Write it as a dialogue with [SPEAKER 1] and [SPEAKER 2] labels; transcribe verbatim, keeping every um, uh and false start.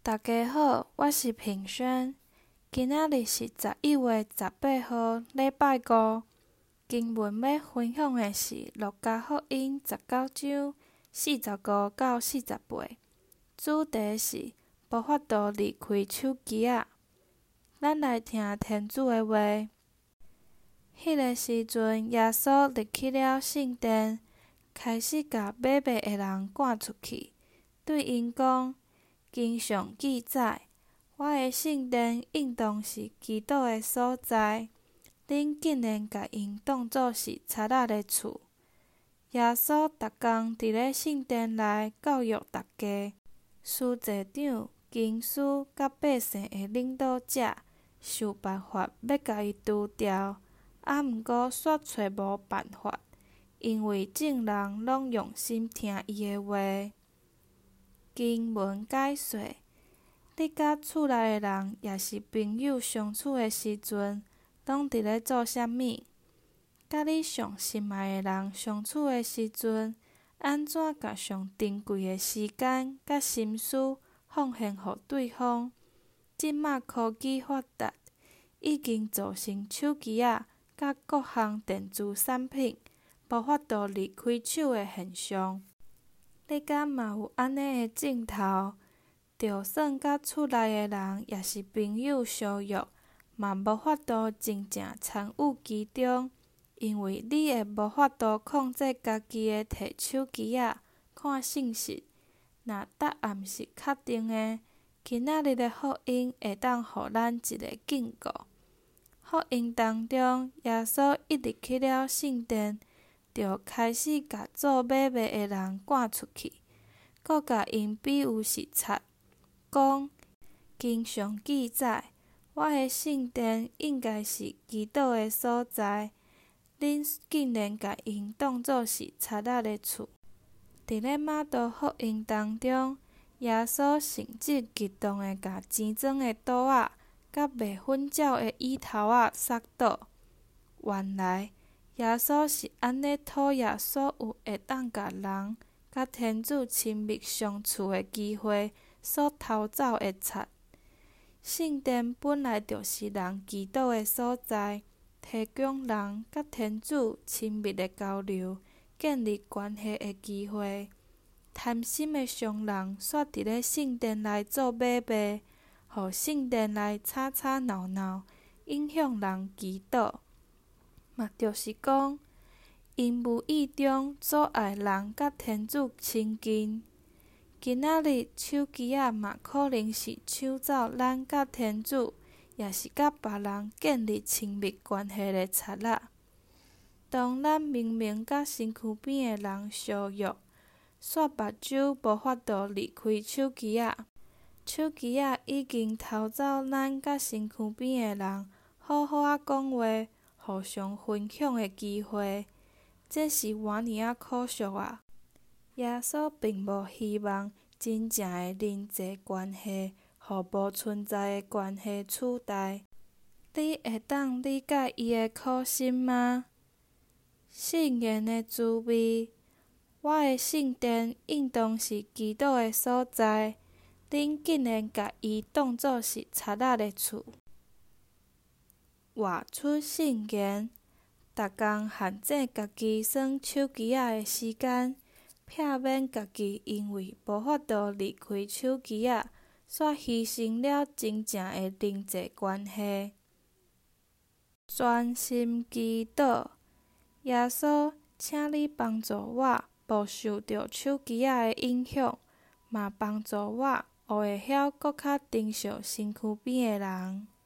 [SPEAKER 1] 大家好，我是平轩。今仔日是十一月十八号，礼拜五。经文要分享的是《路加福音》十九章四十五到四十八，主题是无法度离开手机仔。咱来听天主的话。迄个时阵，耶稣入去了圣殿，开始甲买卖的人赶出去，对因讲：经上记载，我的圣殿应当是基督的所在，恁竟然甲因当作是贼仔的厝。耶稣逐工伫咧圣殿内教育大家，司祭长、经师甲百姓的领导者想办法要甲伊除掉，啊毋过煞找无办法，因为众人拢用心听伊的话。经文解说：你甲厝内的人也是朋友相处的时阵，拢伫咧做啥物？甲你上心爱的人相处的时阵，安怎甲上珍贵的时间甲心思奉献互对方？即马科技发达，已经造成手机仔甲各项电子产品无法度离开手的现象。你敢嘛有安尼的镜头？就算甲厝内的人也是朋友相约，嘛无法度真正参与其中，因为你会无法度控制家己的摕手机仔看信息。若答案是确定的，今仔日的福音会当互咱一个警告。福音当中，耶稣一入去了圣殿，就开始甲做买卖的人赶出去，阁甲因比喻是贼，讲：经上记载，我的圣殿应该是基督的所在，恁竟然甲因当作是贼仔的厝。伫咧马竇福音当中，耶稣甚至激动的甲钱庄的桌仔甲卖粉鸟的椅头仔摔倒。原来，耶稣是安尼讨厌所有会当甲人甲天主亲密相处的机会所偷走的贼。圣殿本来就是人基督的所在，提供人甲天主亲密的交流、建立关系的机会。贪心的商人煞伫咧圣殿内做买卖，互圣殿内吵吵闹闹，影响人祈祷。嘛就是讲，因无意中阻碍人甲天主亲近。今仔日手机仔嘛可能是抢走咱甲天主，也是甲别人建立亲密关系的贼仔。当咱明明甲身躯边的人相约，煞目睭无法度离开手机仔，手机仔已经偷走咱甲身躯边的人好好啊讲话、互相分享的机会，这是偌尔啊可惜啊！耶稣并无希望真正的人际关系，互无存在的关系取代。你会当理解伊的苦心吗？圣言的滋味。我的圣殿应当是基督的所在，恁竟然甲伊当作是贼仔的厝。活出圣言，逐工限制家己耍手机仔的时间，避免家己因为无法度离开手机仔，煞牺牲了真正的人际关系。专心祈祷，耶稣，请你帮助我无受到手机仔的影响，嘛帮助我学会晓搁较珍惜身躯边的人。